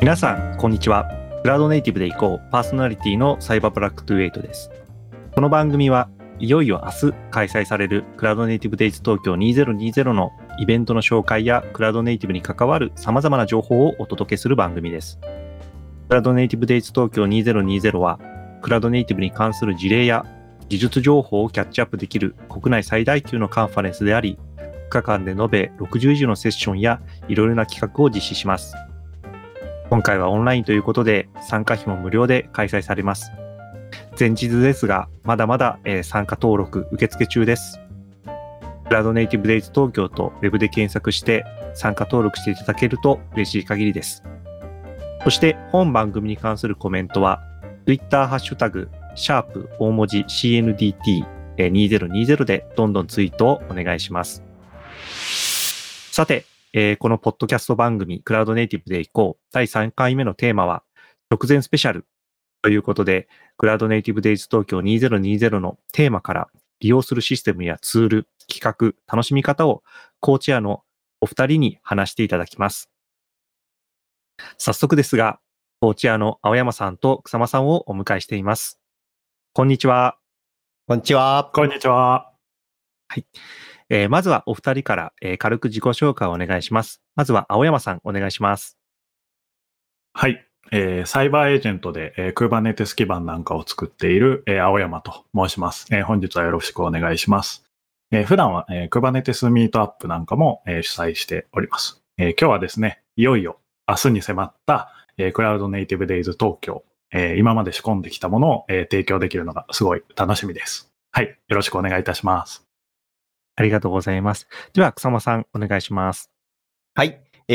皆さんこんにちは。クラウドネイティブでいこうパーソナリティのサイバーブラック28です。この番組はいよいよ明日開催されるクラウドネイティブデイズ東京2020のイベントの紹介やクラウドネイティブに関わる様々な情報をお届けする番組です。クラウドネイティブデイズ東京2020はクラウドネイティブに関する事例や技術情報をキャッチアップできる国内最大級のカンファレンスであり、2日間で延べ60以上のセッションやいろいろな企画を実施します。今回はオンラインということで参加費も無料で開催されます。前日ですがまだまだ参加登録受付中です。クラウドネイティブデイズ東京とウェブで検索して参加登録していただけると嬉しい限りです。そして本番組に関するコメントは Twitter ハッシュタグ#大文字 CNDT2020 でどんどんツイートをお願いします。さて、このポッドキャスト番組クラウドネイティブでいこう第3回目のテーマは直前スペシャルということで、クラウドネイティブデイズ東京2020のテーマから利用するシステムやツール、企画、楽しみ方をコーチェアのお二人に話していただきます。早速ですが、コーチェアの青山さんと草間さんをお迎えしています。こんにちは。 こんにちは。 こんにちは。 はい。まずはお二人から、軽く自己紹介をお願いします。まずは青山さんお願いします。 はい。サイバーエージェントで、Kubernetes 基盤なんかを作っている、青山と申します。本日はよろしくお願いします。普段は、Kubernetes ミートアップなんかも、主催しております。今日はですね、いよいよ明日に迫った、クラウドネイティブデイズ東京、今まで仕込んできたものを、提供できるのがすごい楽しみです。はい。よろしくお願いいたします。 ありがとうございます。では草間さんお願いします。 はい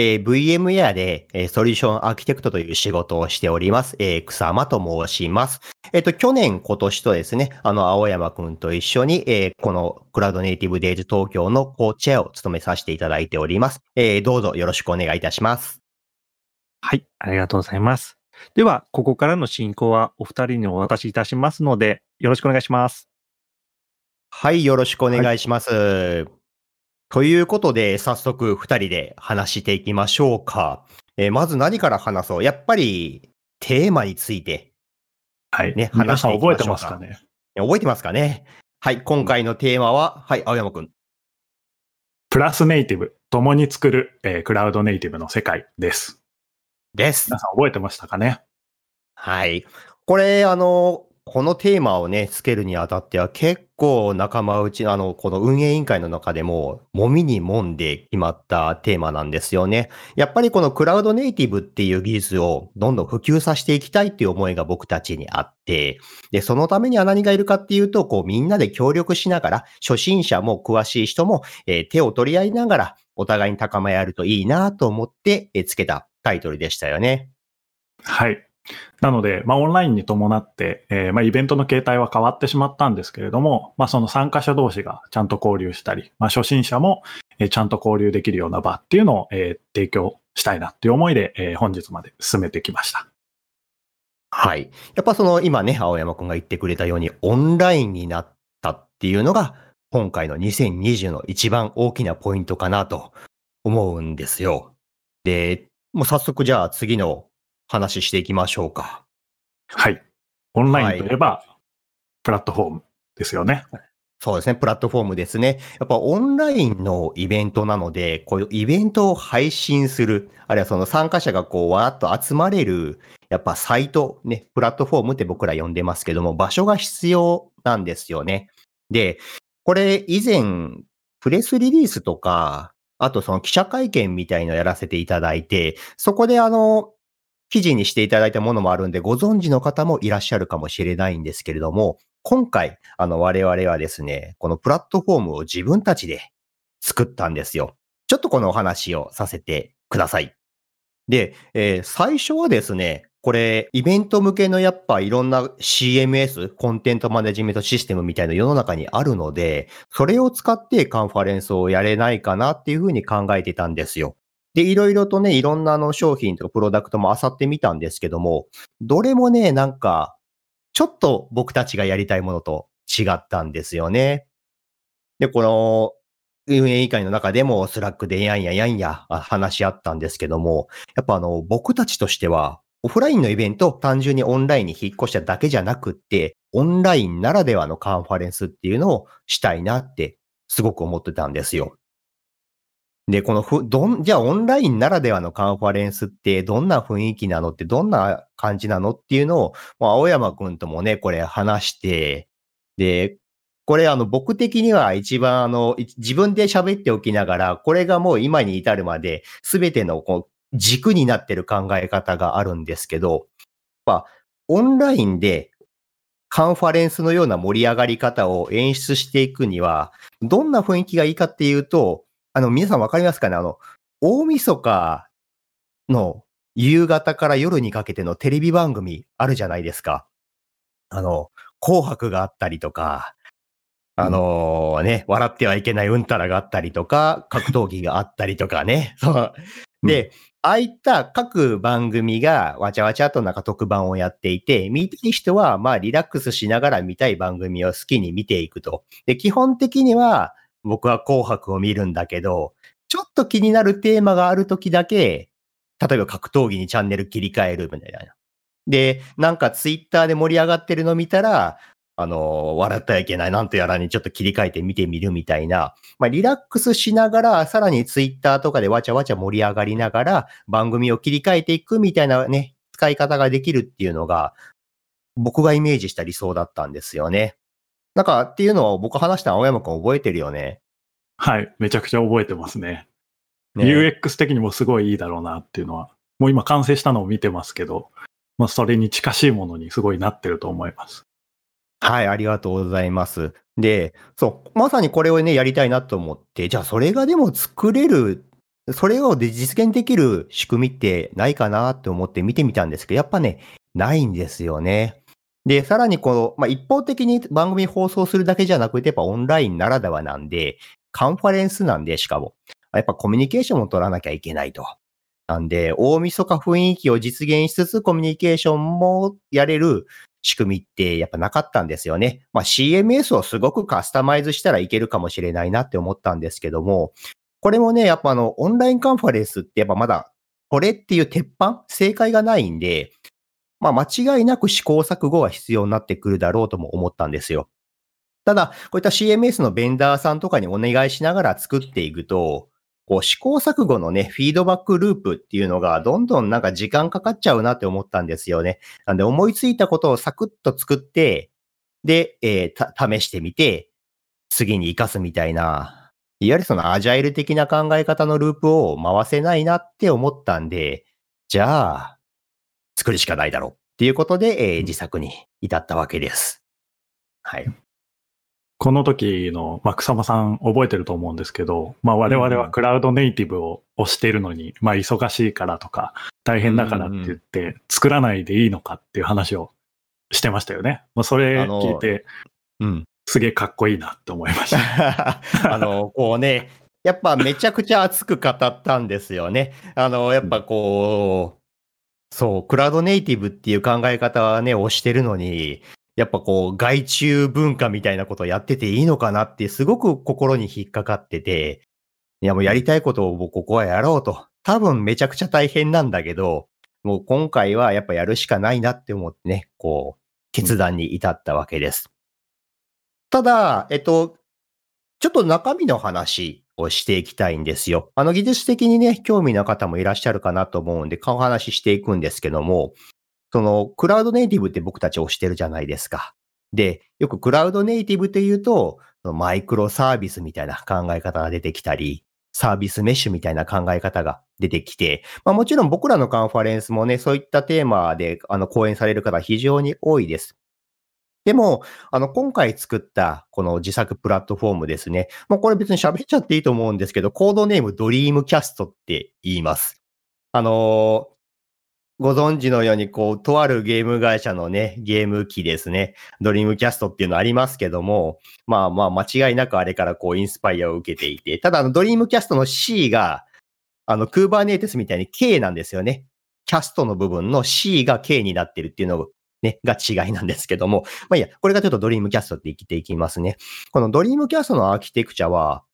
。VMware で、ソリューションアーキテクトという仕事をしております。草間と申します。去年、今年とですね、青山くんと一緒に、このクラウドネイティブデイズ東京のコーチェアを務めさせていただいております。どうぞよろしくお願いいたします。 はい、ありがとうございます。では、ここからの進行はお二人にお渡しいたしますので、よろしくお願いします。 はい、よろしくお願いします。はい、ということで、早速二人で話していきましょうか。まず何から話そう。やっぱり、テーマについて、 はい。 ね、 皆さん覚えて話していきましょうか。 ますかね？ 覚えてますかね？はい、今回のテーマは、はい、青山くん。 プラスネイティブ、共に作る、クラウドネイティブの世界です。 です。 皆さん覚えてましたかね？ はい。これ、このテーマをね、つけるにあたっては結構仲間内、この運営委員会の中でも、揉みに揉んで決まったテーマなんですよね。やっぱりこのクラウドネイティブっていう技術をどんどん普及させていきたいっていう思いが僕たちにあって、で、そのためには何がいるかっていうと、こうみんなで協力しながら、初心者も詳しい人も、手を取り合いながら、お互いに高め合えるといいなと思って、つけたタイトルでしたよね。 はい。なので、オンラインに伴って、イベントの形態は変わってしまったんですけれども、その参加者同士がちゃんと交流したり、初心者も、ちゃんと交流できるような場っていうのを、提供したいなっていう思いで、本日まで進めてきました。 はい。やっぱその今ね、青山くんが言ってくれたようにオンラインになったっていうのが、今回の2020の一番大きなポイントかなと思うんですよ。で、もう早速じゃあ次の話していきましょうか。 はい。オンラインといえば、プラットフォームですよね。 そうですね、プラットフォームですね。やっぱオンラインのイベントなので、こういうイベントを配信する、あるいはその参加者がこうわーっと集まれる、やっぱサイト、ね、プラットフォームって僕ら呼んでますけども、場所が必要なんですよね。で、これ以前、プレスリリースとか、あとその記者会見みたいのやらせていただいて、そこで記事にしていただいたものもあるんで、ご存知の方もいらっしゃるかもしれないんですけれども、今回、我々はですね、このプラットフォームを自分たちで作ったんですよ。ちょっとこのお話をさせてください。で、最初はですね、これ、イベント向けのやっぱいろんな CMS、コンテントマネジメントシステムみたいな世の中にあるので、それを使ってカンファレンスをやれないかなっていうふうに考えてたんですよ。で、いろいろとね、いろんな商品とかプロダクトも漁ってみたんですけども、どれもね、なんか、ちょっと僕たちがやりたいものと違ったんですよね。で、この運営委員会の中でもスラックでやんや話し合ったんですけども、やっぱ僕たちとしては、オフラインのイベント、単純にオンラインに引っ越しただけじゃなくって、オンラインならではのカンファレンスっていうのをしたいなってすごく思ってたんですよ。で、じゃあオンラインならではのカンファレンスってどんな雰囲気なのってどんな感じなのっていうのを、青山くんともね、これ話して、で、これ僕的には一番自分で喋っておきながら、これがもう今に至るまで全ての軸になってる考え方があるんですけど、オンラインでカンファレンスのような盛り上がり方を演出していくには、どんな雰囲気がいいかっていうと、皆さんわかりますかね？大晦日の夕方から夜にかけてのテレビ番組あるじゃないですか。紅白があったりとか、笑ってはいけないうんたらがあったりとか、格闘技があったりとかね。そう。で、ああいった各番組がわちゃわちゃとなんか特番をやっていて、見たい人はリラックスしながら見たい番組を好きに見ていくと。で、基本的には僕は紅白を見るんだけど、ちょっと気になるテーマがある時だけ、例えば格闘技にチャンネル切り替えるみたいな。で、なんかツイッターで盛り上がってるの見たら、笑ってはいけないなんとやらにちょっと切り替えて見てみるみたいな、リラックスしながら、さらにツイッターとかでわちゃわちゃ盛り上がりながら、番組を切り替えていくみたいなね、使い方ができるっていうのが、僕がイメージした理想だったんですよね。なんかっていうのを僕話した青山くん覚えてるよね。 はい。めちゃくちゃ覚えてますね。UX 的にもすごいいいだろうなっていうのは、もう今完成したのを見てますけど、それに近しいものにすごいなってると思います。 はい、ありがとうございます。で、まさにこれをね、やりたいなと思って、じゃあそれがでも作れる、それを実現できる仕組みってないかなって思って見てみたんですけど、やっぱね、ないんですよね。で、さらに一方的に番組放送するだけじゃなくて、やっぱオンラインならではなんで、カンファレンスなんで、しかも、やっぱコミュニケーションも取らなきゃいけないと。なんで、大晦日雰囲気を実現しつつ、コミュニケーションもやれる仕組みってやっぱなかったんですよね。CMS をすごくカスタマイズしたらいけるかもしれないなって思ったんですけども、これもね、やっぱオンラインカンファレンスってやっぱまだ、これっていう鉄板、正解がないんで、間違いなく試行錯誤が必要になってくるだろうとも思ったんですよ。ただ、こういった CMS のベンダーさんとかにお願いしながら作っていくと、試行錯誤のね、フィードバックループっていうのがどんどんなんか時間かかっちゃうなって思ったんですよね。なんで思いついたことをサクッと作って、で、試してみて、次に活かすみたいな、いわゆるそのアジャイル的な考え方のループを回せないなって思ったんで、じゃあ、作るしかないだろうっていうことで、自作に至ったわけです。はい。 この時の、草間さん覚えてると思うんですけど、我々はクラウドネイティブを推しているのに、忙しいからとか、大変だからって言って、作らないでいいのかっていう話をしてましたよね。それ聞いて、すげえかっこいいなって思いました。 やっぱめちゃくちゃ熱く語ったんですよね。やっぱクラウドネイティブっていう考え方はね、推してるのに、やっぱ外注文化みたいなことをやってていいのかなってすごく心に引っかかってて、いやもうやりたいことをここはやろうと。多分めちゃくちゃ大変なんだけど、もう今回はやっぱやるしかないなって思ってね、決断に至ったわけです。ただ、ちょっと中身の話をしていきたいんですよ。技術的にね、興味の方もいらっしゃるかなと思うんで、お話ししていくんですけども、クラウドネイティブって僕たち推してるじゃないですか。で、よくクラウドネイティブって言うと、マイクロサービスみたいな考え方が出てきたり、サービスメッシュみたいな考え方が出てきて、もちろん僕らのカンファレンスもね、そういったテーマで講演される方非常に多いです。でも、今回作ったこの自作プラットフォームですね。これ別に喋っちゃっていいと思うんですけど、コードネームドリームキャストって言います。ご存知のように、とあるゲーム会社のね、ゲーム機ですね、ドリームキャストっていうのありますけども、間違いなくあれからインスパイアを受けていて、ただドリームキャストの C が、Kubernetes みたいに K なんですよね。キャストの部分の C が K になってるっていうのね、が違いなんですけども、これがちょっとドリームキャストって生きていきますね。このドリームキャストのアーキテクチャは、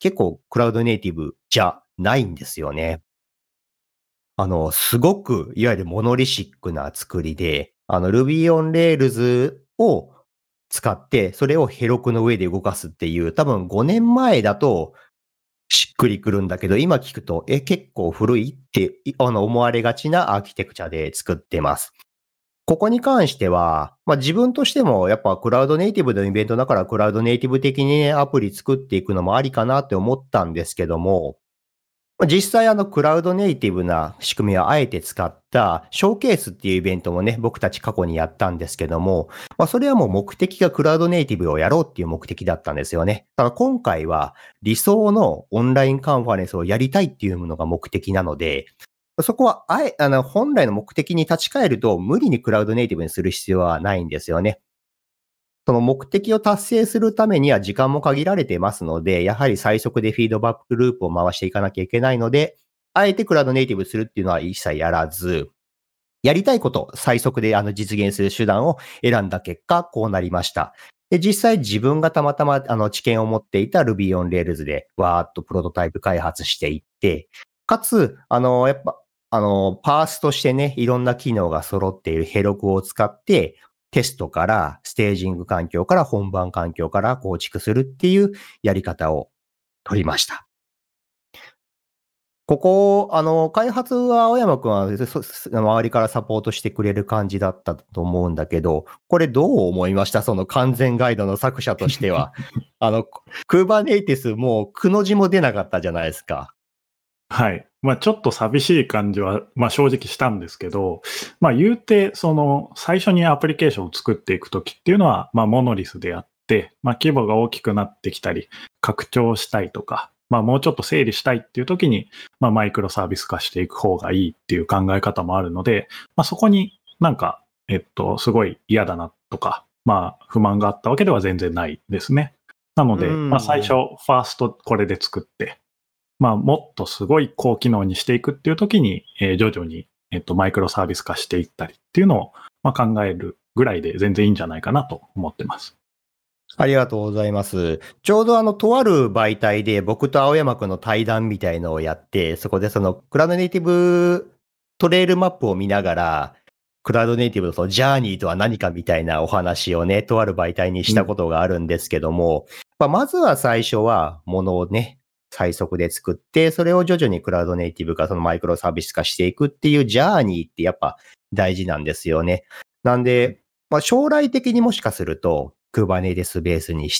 結構クラウドネイティブじゃないんですよね。すごく、いわゆるモノリシックな作りで、Ruby on Rails を使って、それをヘロクの上で動かすっていう、多分5年前だとしっくりくるんだけど、今聞くと、結構古いって、思われがちなアーキテクチャで作ってます。ここに関しては、自分としてもやっぱクラウドネイティブのイベントだからクラウドネイティブ的にね、アプリ作っていくのもありかなって思ったんですけども、実際クラウドネイティブな仕組みをあえて使ったショーケースっていうイベントもね、僕たち過去にやったんですけども、それはもう目的がクラウドネイティブをやろうっていう目的だったんですよね。ただ今回は理想のオンラインカンファレンスをやりたいっていうのが目的なので、そこは本来の目的に立ち返ると無理にクラウドネイティブにする必要はないんですよね。その目的を達成するためには時間も限られてますので、やはり最速でフィードバックループを回していかなきゃいけないので、あえてクラウドネイティブするっていうのは一切やらず、やりたいこと、最速で実現する手段を選んだ結果、こうなりました。で、実際自分がたまたま知見を持っていた Ruby on Rails でわーっとプロトタイプ開発していって、かつ、やっぱ、パースとしてね、いろんな機能が揃っているヘロクを使って、テストから、ステージング環境から、本番環境から構築するっていうやり方を取りました。ここ、開発は青山くんは周りからサポートしてくれる感じだったと思うんだけど、これどう思いました？その完全ガイドの作者としては。Kubernetes もうくの字も出なかったじゃないですか。 はい。ちょっと寂しい感じは、正直したんですけど、言うて、最初にアプリケーションを作っていくときっていうのは、モノリスであって、規模が大きくなってきたり、拡張したいとか、もうちょっと整理したいっていうときに、マイクロサービス化していく方がいいっていう考え方もあるので、そこになんか、すごい嫌だなとか、不満があったわけでは全然ないですね。なので、最初、ファーストこれで作って、もっとすごい高機能にしていくっていう時に、徐々に、マイクロサービス化していったりっていうのを、考えるぐらいで全然いいんじゃないかなと思ってます。 ありがとうございます。ちょうどとある媒体で僕と青山くんの対談みたいのをやって、そこでクラウドネイティブトレイルマップを見ながら、クラウドネイティブのそのジャーニーとは何かみたいなお話をね、とある媒体にしたことがあるんですけども、まずは最初はものをね、最速で作って、それを徐々にクラウドネイティブ化、そのマイクロサービス化していくっていうジャーニーってやっぱ大事なんですよね。なんで、将来的にもしかすると、Kubernetes ベースにして、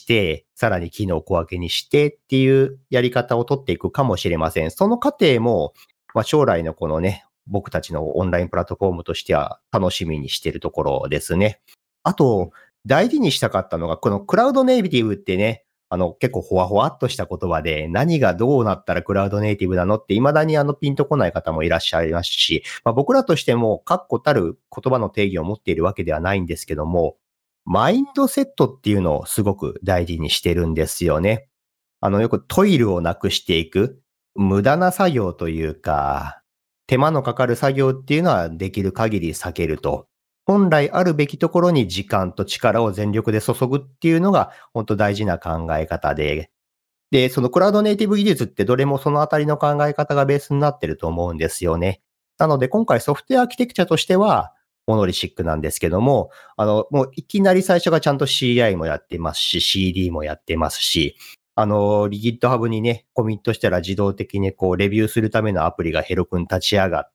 さらに機能小分けにしてっていうやり方を取っていくかもしれません。その過程も、将来のこのね、僕たちのオンラインプラットフォームとしては楽しみにしているところですね。あと、大事にしたかったのが、このクラウドネイティブってね、結構ほわほわっとした言葉で、何がどうなったらクラウドネイティブなのって未だにピンとこない方もいらっしゃいますし、僕らとしても確固たる言葉の定義を持っているわけではないんですけども、マインドセットっていうのをすごく大事にしてるんですよね。よくトイルをなくしていく、無駄な作業というか、手間のかかる作業っていうのはできる限り避けると。本来あるべきところに時間と力を全力で注ぐっていうのが本当大事な考え方で、そのクラウドネイティブ技術ってどれもそのあたりの考え方がベースになってると思うんですよね。なので今回ソフトウェアアーキテクチャとしては、モノリシックなんですけども、もういきなり最初がちゃんと CI もやってますし、CD もやってますし、GitHub にね、コミットしたら自動的にレビューするためのアプリがヘロクに立ち上がって、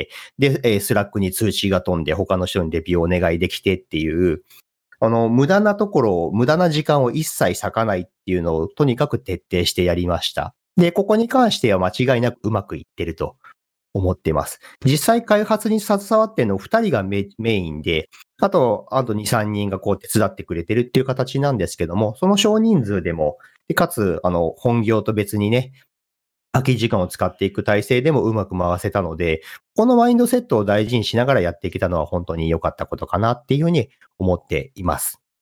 で、Slack に通知が飛んで他の人にレビューをお願いできてっていう、無駄なところを、無駄な時間を一切割かないっていうのをとにかく徹底してやりました。で、ここに関しては間違いなくうまくいってると思っています。実際開発に携わってるの2人がメインで、あと2、3人が手伝ってくれてるっていう形なんですけども、その少人数でも、かつ、本業と別にね、空き時間を使っていく体制でもうまく回せたので、このマインドセットを大事にしながらやっていけたのは本当に良かったことかなっていうふうに思っています。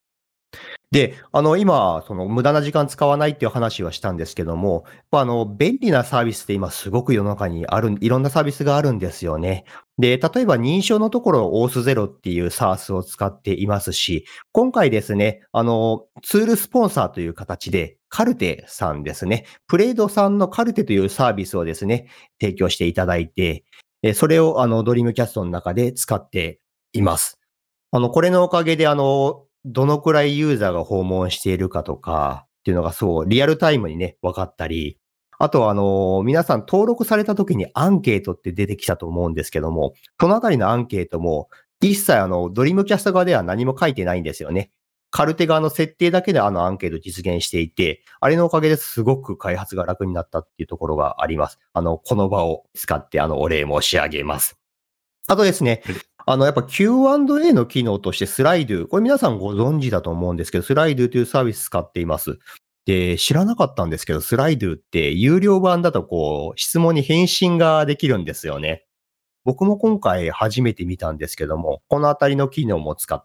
で、今、その無駄な時間使わないっていう話はしたんですけども、便利なサービスって今すごく世の中にいろんなサービスがあるんですよね。で、例えば認証のところをオースゼロっていう SaaS を使っていますし、今回ですね、ツールスポンサーという形で、カルテさんですね、プレイドさんのカルテというサービスをですね、提供していただいて、それをドリームキャストの中で使っています。これのおかげでどのくらいユーザーが訪問しているかとかっていうのがリアルタイムにね、分かったり、あと皆さん登録された時にアンケートって出てきたと思うんですけども、そのあたりのアンケートも、一切ドリームキャスト側では何も書いてないんですよね。カルテ側の設定だけでアンケート実現していて、あれのおかげですごく開発が楽になったっていうところがあります。この場を使ってお礼申し上げます。あとですね、やっぱ Q&A の機能としてスライドゥ、これ皆さんご存知だと思うんですけど、スライドゥというサービス使っています。で、知らなかったんですけど、スライドゥって有料版だと質問に返信ができるんですよね。僕も今回初めて見たんですけども、このあたりの機能も使って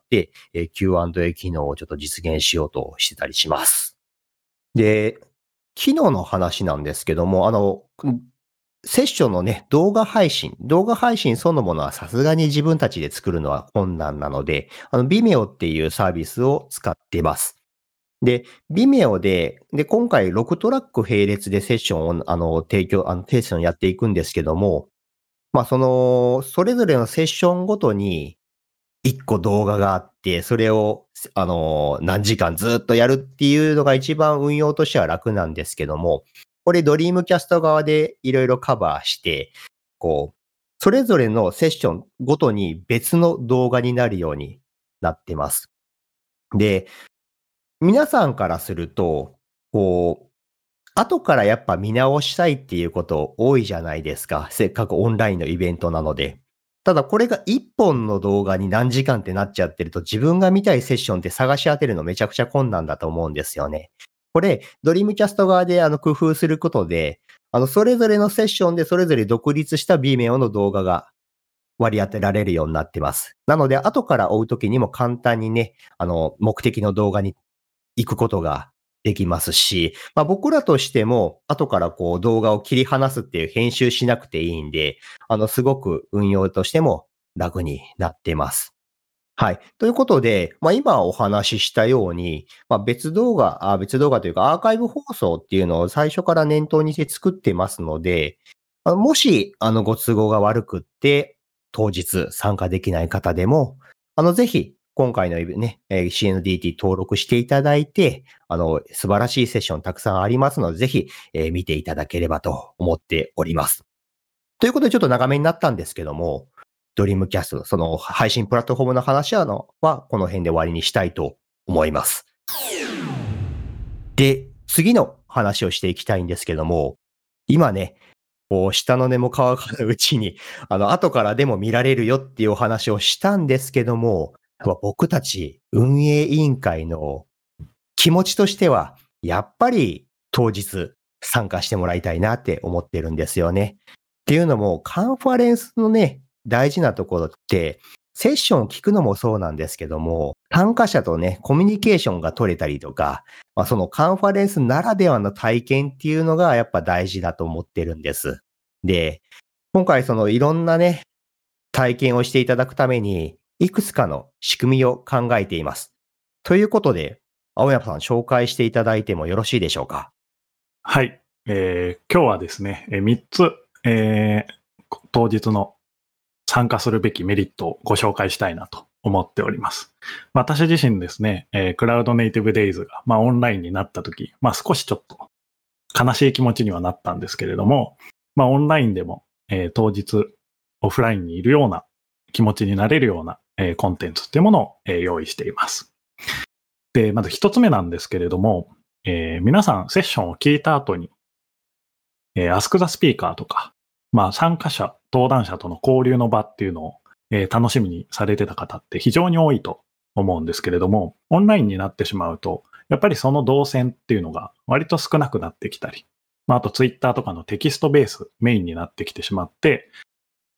、Q&A 機能をちょっと実現しようとしてたりします。で、機能の話なんですけども、セッションのね、動画配信そのものはさすがに自分たちで作るのは困難なので、Vimeo っていうサービスを使ってます。で、Vimeo で、今回6トラック並列でセッションを、セッションやっていくんですけども、それぞれのセッションごとに1個動画があって、それを、何時間ずっとやるっていうのが一番運用としては楽なんですけども、これドリームキャスト側でいろいろカバーして、それぞれのセッションごとに別の動画になるようになってます。で、皆さんからすると、後からやっぱ見直したいっていうこと多いじゃないですか。せっかくオンラインのイベントなので。ただこれが一本の動画に何時間ってなっちゃってると自分が見たいセッションって探し当てるのめちゃくちゃ困難だと思うんですよね。これ、ドリームキャスト側で工夫することで、それぞれのセッションでそれぞれ独立した Vimeo の動画が割り当てられるようになってます。なので、後から追うときにも簡単にね、目的の動画に行くことができますし、僕らとしても、後から動画を切り離すっていう編集しなくていいんで、すごく運用としても楽になってます。はい。ということで、今お話ししたように、別動画というかアーカイブ放送っていうのを最初から念頭にして作ってますので、もし、ご都合が悪くって、当日参加できない方でも、ぜひ、今回のね、CNDT 登録していただいて、素晴らしいセッションたくさんありますので、ぜひ、見ていただければと思っております。ということで、ちょっと長めになったんですけども、ドリームキャスト、その配信プラットフォームの話はこの辺で終わりにしたいと思います。で、次の話をしていきたいんですけども、今ね、下の根も乾かぬうちに、後からでも見られるよっていうお話をしたんですけども、僕たち運営委員会の気持ちとしては、やっぱり当日参加してもらいたいなって思ってるんですよね。っていうのも、カンファレンスのね、大事なところって、セッションを聞くのもそうなんですけども、参加者とね、コミュニケーションが取れたりとか、そのカンファレンスならではの体験っていうのがやっぱ大事だと思ってるんです。で、今回いろんなね、体験をしていただくために、いくつかの仕組みを考えています。ということで、青山さん紹介していただいてもよろしいでしょうか。 はい。今日はですね、3つ、当日の参加するべきメリットをご紹介したいなと思っております。私自身ですね、クラウドネイティブデイズが、オンラインになったとき、少しちょっと悲しい気持ちにはなったんですけれども、オンラインでも、当日オフラインにいるような気持ちになれるような、コンテンツっていうものを、用意しています。で、まず一つ目なんですけれども、皆さんセッションを聞いた後に、Ask the Speaker とか、参加者、登壇者との交流の場っていうのを、楽しみにされてた方って非常に多いと思うんですけれども、オンラインになってしまうと、やっぱりその動線っていうのが割と少なくなってきたり、あと Twitter とかのテキストベースメインになってきてしまって、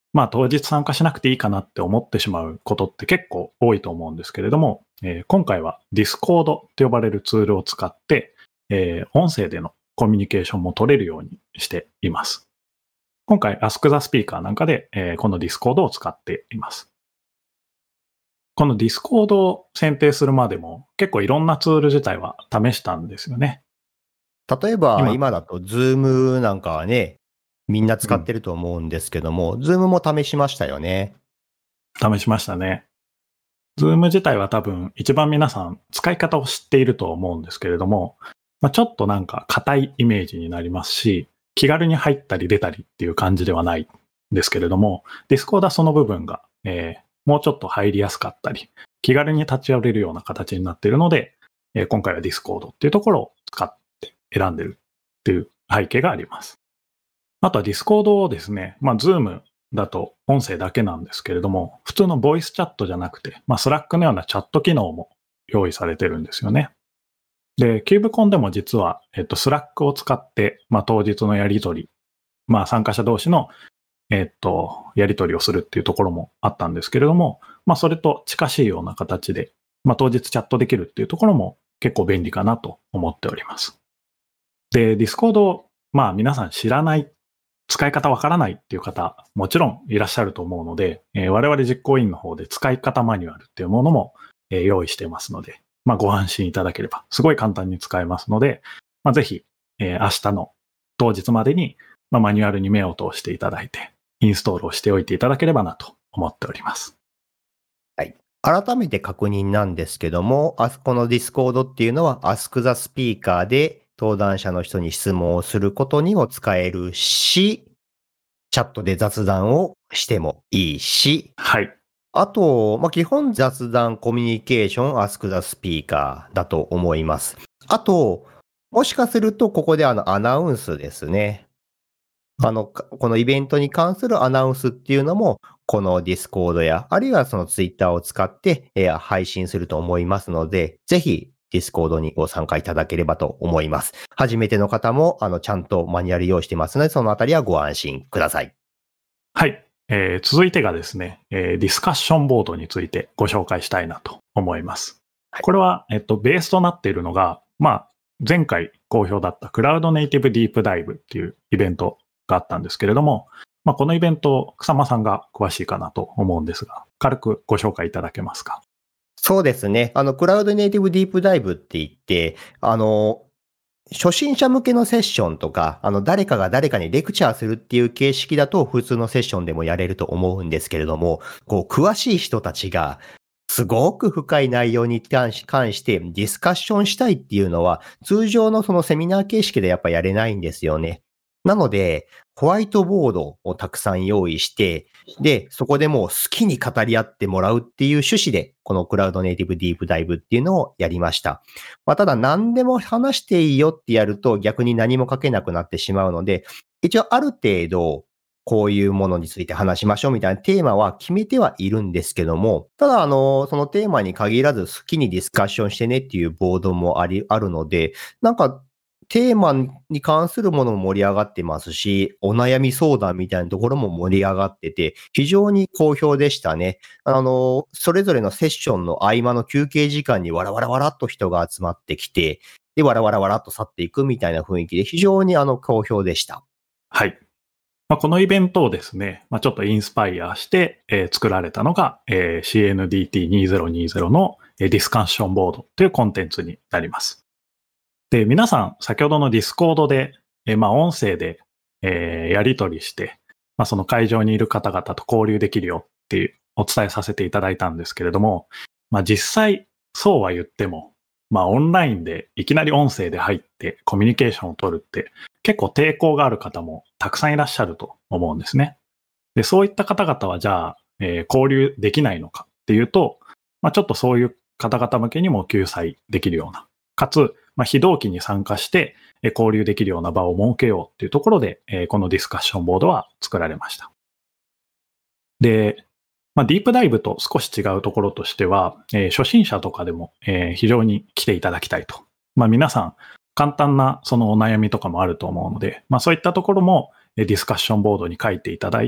当日参加しなくていいかなって思ってしまうことって結構多いと思うんですけれども、今回は Discord と呼ばれるツールを使って、音声でのコミュニケーションも取れるようにしています。今回 Ask the Speaker なんかで、この Discord を使っています。この Discord を選定するまでも結構いろんなツール自体は試したんですよね。 例えば今だと Zoom なんかはね、みんな使ってると思うんですけども、Zoom も試しましたよね。 試しましたね。Zoom 自体は多分一番皆さん使い方を知っていると思うんですけれども、ちょっとなんか硬いイメージになりますし、気軽に入ったり出たりっていう感じではないんですけれども、Discord はその部分が、もうちょっと入りやすかったり、気軽に立ち寄れるような形になっているので、今回は Discord っていうところを使って選んでるっていう背景があります。あとは Discord をですね、Zoom だと音声だけなんですけれども、普通のボイスチャットじゃなくて、Slack のようなチャット機能も用意されてるんですよね。で、KubeCon でも実は、Slack を使って、当日のやり取り、参加者同士の、やり取りをするっていうところもあったんですけれども、それと近しいような形で、当日チャットできるっていうところも結構便利かなと思っております。で、Discord、皆さん知らない、使い方わからないっていう方、もちろんいらっしゃると思うので、我々実行委員の方で使い方マニュアルっていうものも、用意していますので、ご安心いただければ、すごい簡単に使えますので、ぜひ、明日の当日までに、マニュアルに目を通していただいて、インストールをしておいていただければなと思っております。 はい。改めて確認なんですけども、この Discord っていうのは Ask the Speaker で登壇者の人に質問をすることにも使えるし、チャットで雑談をしてもいいし、 はい。 あと、基本雑談コミュニケーション Ask the Speaker だと思います。あと、もしかするとここでアナウンスですね。このイベントに関するアナウンスっていうのも、この Discord や、あるいはその Twitter を使って、配信すると思いますので、ぜひ Discord にご参加いただければと思います。初めての方も、ちゃんとマニュアル用意してますので、そのあたりはご安心ください。 はい。続いてがですね、ディスカッションボードについてご紹介したいなと思います。これは、ベースとなっているのが、前回好評だったクラウドネイティブディープダイブっていうイベントがあったんですけれども、このイベント、草間さんが詳しいかなと思うんですが、軽くご紹介いただけますか？ そうですね。クラウドネイティブディープダイブって言って、初心者向けのセッションとか、誰かが誰かにレクチャーするっていう形式だと普通のセッションでもやれると思うんですけれども、詳しい人たちが、すごく深い内容に関してディスカッションしたいっていうのは、通常のそのセミナー形式でやっぱやれないんですよね。なので、ホワイトボードをたくさん用意して、で、そこでもう好きに語り合ってもらうっていう趣旨で、このクラウドネイティブディープダイブっていうのをやりました。ただ何でも話していいよってやると逆に何も書けなくなってしまうので、一応ある程度、こういうものについて話しましょうみたいなテーマは決めてはいるんですけども、ただそのテーマに限らず好きにディスカッションしてねっていうボードもあるので、なんかテーマに関するものも盛り上がってますし、お悩み相談みたいなところも盛り上がってて、非常に好評でしたね。それぞれのセッションの合間の休憩時間にわらわらわらっと人が集まってきて、で、わらわらわらっと去っていくみたいな雰囲気で非常に好評でした。 はい。このイベントをですね、ちょっとインスパイアして、作られたのが、CNDT2020 のディスカッションボードというコンテンツになります。で、皆さん、先ほどのディスコードで、音声で、やり取りして、その会場にいる方々と交流できるよっていうお伝えさせていただいたんですけれども、実際、そうは言っても、オンラインでいきなり音声で入ってコミュニケーションを取るって結構抵抗がある方もたくさんいらっしゃると思うんですね。で、そういった方々はじゃあ、交流できないのかっていうと、ちょっとそういう方々向けにも救済できるような、かつ、非同期に参加して交流できるような場を設けようっていうところで、このディスカッションボードは作られました。で、ディープダイブと少し違うところとしては、初心者とかでも、非常に来ていただきたいと。皆さん、簡単なそのお悩みとかもあると思うので、そういったところもディスカッションボードに書いていただいて、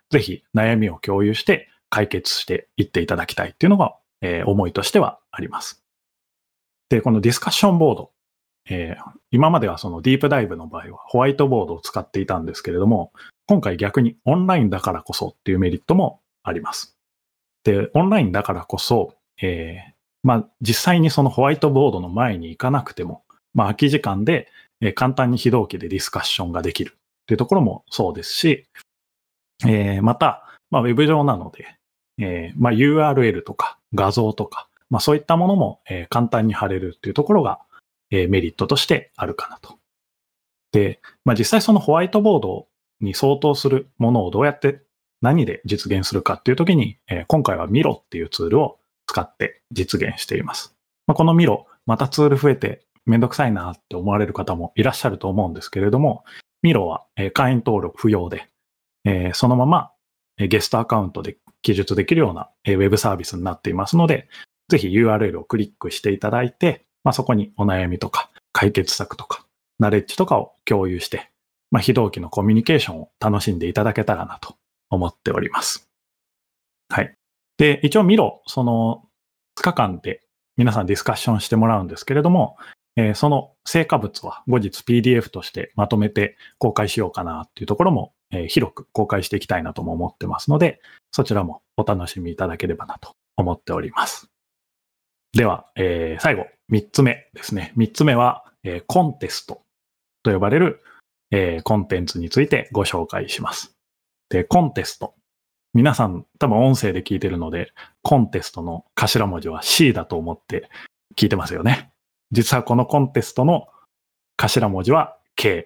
ぜひ悩みを共有して解決していっていただきたいっていうのが、思いとしてはあります。で、このディスカッションボード、今まではそのディープダイブの場合はホワイトボードを使っていたんですけれども、今回逆にオンラインだからこそっていうメリットもあります。で、オンラインだからこそ、実際にそのホワイトボードの前に行かなくても、空き時間で、簡単に非同期でディスカッションができるっていうところもそうですし、また、ウェブ上なので、URL とか画像とか、そういったものも、簡単に貼れるっていうところが、メリットとしてあるかなと。で、実際そのホワイトボードに相当するものをどうやって何で実現するかっていうときに、今回はミロっていうツールを使って実現しています。このミロ、またツール増えてめんどくさいなって思われる方もいらっしゃると思うんですけれども、ミロは会員登録不要で、そのままゲストアカウントで記述できるようなウェブサービスになっていますので、ぜひ URL をクリックしていただいて、そこにお悩みとか解決策とかナレッジとかを共有して、非同期のコミュニケーションを楽しんでいただけたらなと思っております。はい。で、一応ミロ、その2日間で皆さんディスカッションしてもらうんですけれども、その成果物は後日 PDF としてまとめて公開しようかなっていうところも、広く公開していきたいなとも思ってますので、そちらもお楽しみいただければなと思っております。では、最後、3つ目ですね。3つ目は、コンテストと呼ばれる、コンテンツについてご紹介します。で、コンテスト。皆さん多分音声で聞いてるので、コンテストの頭文字は C だと思って聞いてますよね。実はこのコンテストの頭文字は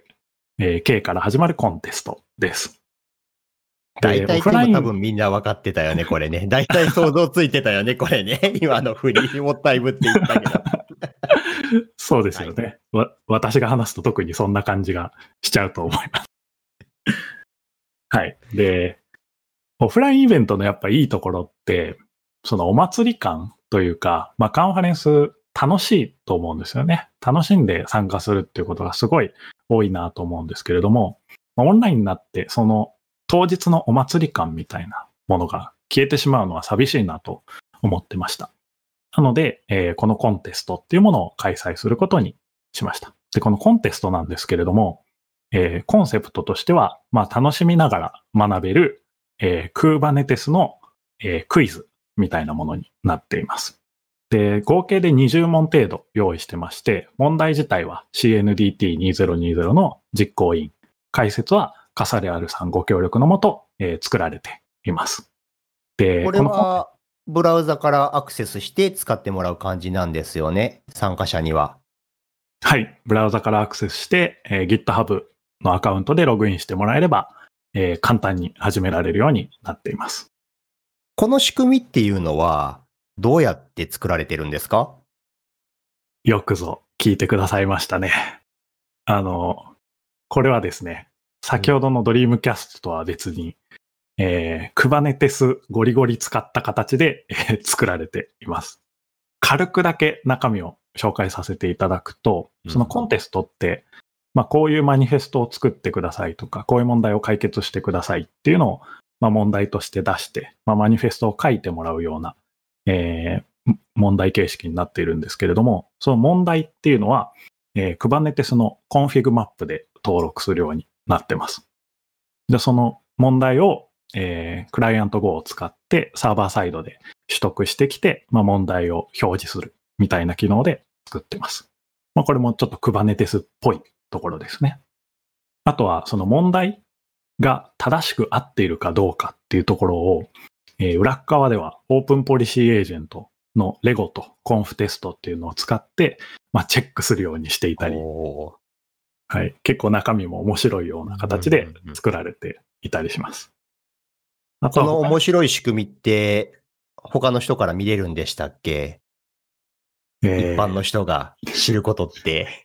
K。K から始まるコンテストです。 大体でも多分みんな分かってたよね、これね。大体想像ついてたよね、これね。今の振りもったいぶって言ったけど。 そうですよね、はい。私が話すと特にそんな感じがしちゃうと思います。はい。で、オフラインイベントのやっぱいいところって、そのお祭り感というか、カンファレンス楽しいと思うんですよね。楽しんで参加するっていうことがすごい多いなと思うんですけれども、オンラインになってその当日のお祭り感みたいなものが消えてしまうのは寂しいなと思ってました。なので、このコンテストっていうものを開催することにしました。で、このコンテストなんですけれども、コンセプトとしては、楽しみながら学べる、Kubernetes の、クイズみたいなものになっています。で、合計で20問程度用意してまして、問題自体は CNDT2020 の実行委員、解説はカサレアルさんご協力のもと、作られています。で、 これはブラウザからアクセスして使ってもらう感じなんですよね、参加者には。 はい。ブラウザからアクセスして、GitHub のアカウントでログインしてもらえれば、簡単に始められるようになっています。 この仕組みっていうのはどうやって作られてるんですか？ よくぞ聞いてくださいましたね。これはですね、先ほどのドリームキャストとは別に、Kubernetes ゴリゴリ使った形で、作られています。軽くだけ中身を紹介させていただくと、そのコンテストって、こういうマニフェストを作ってくださいとか、こういう問題を解決してくださいっていうのを、問題として出して、マニフェストを書いてもらうような、問題形式になっているんですけれども、その問題っていうのは、Kubernetes のコンフィグマップで登録するようになってます。で、その問題を、クライアント Go を使ってサーバーサイドで取得してきて、問題を表示するみたいな機能で作ってます。これもちょっと Kubernetes っぽいところですね。あとはその問題が正しく合っているかどうかっていうところを、裏側では Open Policy Agent の Lego と Conf テストっていうのを使って、チェックするようにしていたり、はい、結構中身も面白いような形で作られていたりします。 この面白い仕組みって他の人から見れるんでしたっけ？一般の人が知ることって。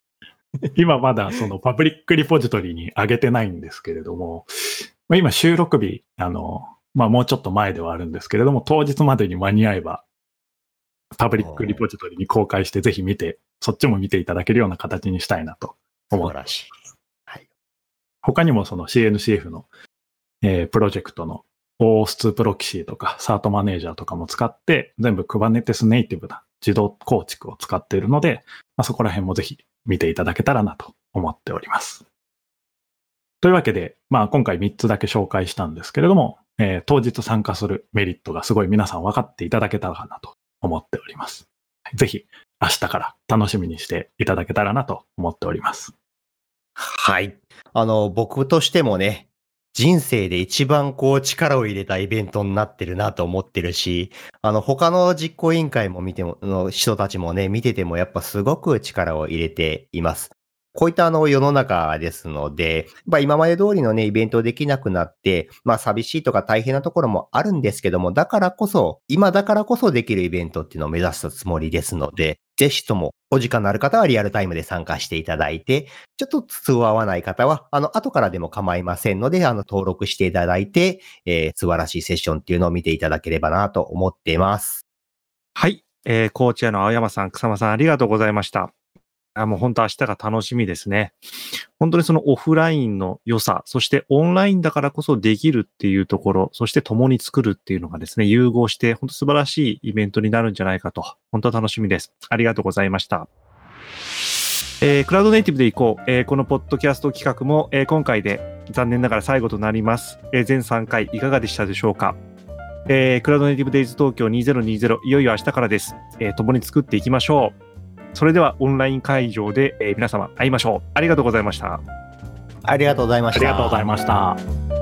今まだそのパブリックリポジトリに上げてないんですけれども、今収録日、もうちょっと前ではあるんですけれども、当日までに間に合えば、パブリックリポジトリに公開してぜひ見て、そっちも見ていただけるような形にしたいなと思ってます。はい。他にもその CNCF の、プロジェクトの OAuth2 プロキシーとか CERT マネージャーとかも使って全部 Kubernetes ネイティブな自動構築を使っているので、そこら辺もぜひ見ていただけたらなと思っております。というわけで、今回3つだけ紹介したんですけれども、当日参加するメリットがすごい皆さん分かっていただけたらなと思っております。ぜひ明日から楽しみにしていただけたらなと思っております。 はい。僕としてもね、人生で一番力を入れたイベントになってるなと思ってるし、他の実行委員会もの人たちもね、見ててもやっぱすごく力を入れています。こういった世の中ですので、今まで通りのね、イベントできなくなって、寂しいとか大変なところもあるんですけども、今だからこそできるイベントっていうのを目指したつもりですので、ぜひともお時間のある方はリアルタイムで参加していただいて、ちょっと都合合わない方は、後からでも構いませんので、登録していただいて、素晴らしいセッションっていうのを見ていただければなと思っています。 はい。コーチの青山さん、草間さん、ありがとうございました。もう本当明日が楽しみですね。本当にそのオフラインの良さ、そしてオンラインだからこそできるっていうところ、そして共に作るっていうのがですね、融合して本当素晴らしいイベントになるんじゃないかと、本当楽しみです。ありがとうございました。クラウドネイティブでいこう。このポッドキャスト企画も、今回で残念ながら最後となります。全3回いかがでしたでしょうか。クラウドネイティブデイズ東京2020、いよいよ明日からです。共に作っていきましょう。それではオンライン会場で、皆様会いましょう。ありがとうございました。 ありがとうございました。 ありがとうございました。